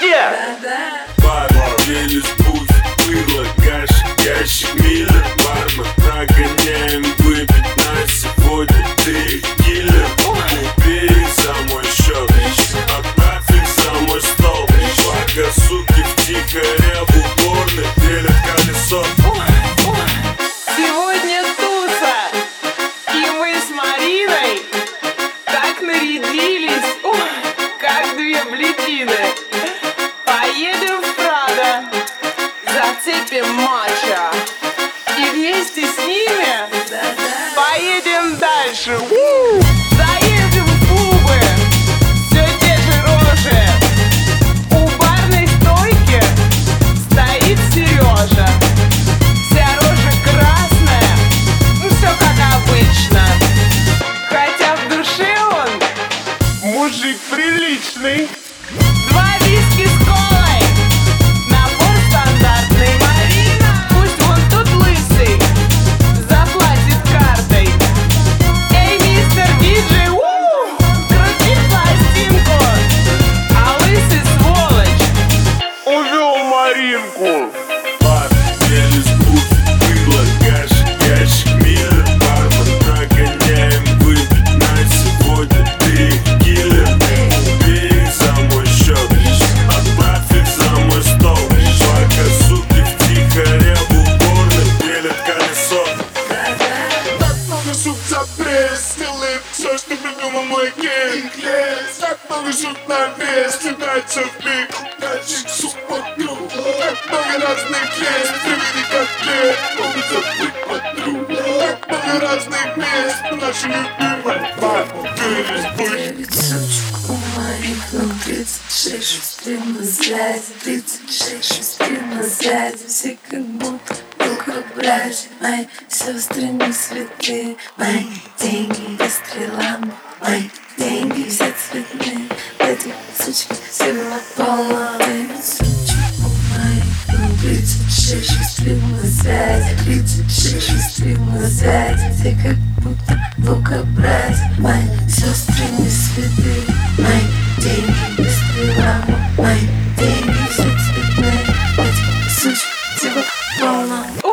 крутые! Параллели с путь, было каш, ящик миллер. Бармен, прогоняем выпить на сегодня. Ты киллер, убей за мой счет, отправь их за мой стол. Пока суки втихаря в уборной делят колесо. Сегодня туса, и мы с Мариной так нарядились, как две блядины. Поедем в Прадо, зацепим матча, и вместе с ними поедем дальше. Заедем в клубы, все те же рожи. У барной стойки стоит Сережа. Вся рожа красная, все как обычно. Хотя в душе он мужик приличный. 2 виски с колой, набор стандартный. Марина, пусть вон тут лысый заплатит картой. Эй, мистер диджей, крути пластинку, а лысый сволочь увел Маринку. Параллели с путь, было каш, ящик миллер. Бармен, прогоняем выпить на сегодня. Ты киллер, убей их за мой счет, отправь их за мой стол. Пока суки втихаря в уборной делят колесо. Так много шут за пресс, делает все, что придумал мой гей. Так много шут на вес, кидается в биг, дальше суп подню. Так много разных мест, приведи котлет, улица быть подру. Так много разных мест, наша любимая параллели с путь. Сучку Марину 36 на сзади, 36 на сзади. Все как будто братья, мои сестры не святые. Мои деньги быстрые лампы, мои деньги все цветные. Эти сучки все на полной. Сучку Марину 36 на сзади, 36 на сзади. Все как будто братья, мои сестры не святые. Мои деньги быстрые лампы, мои деньги все цветные. Эти сучки все на полной.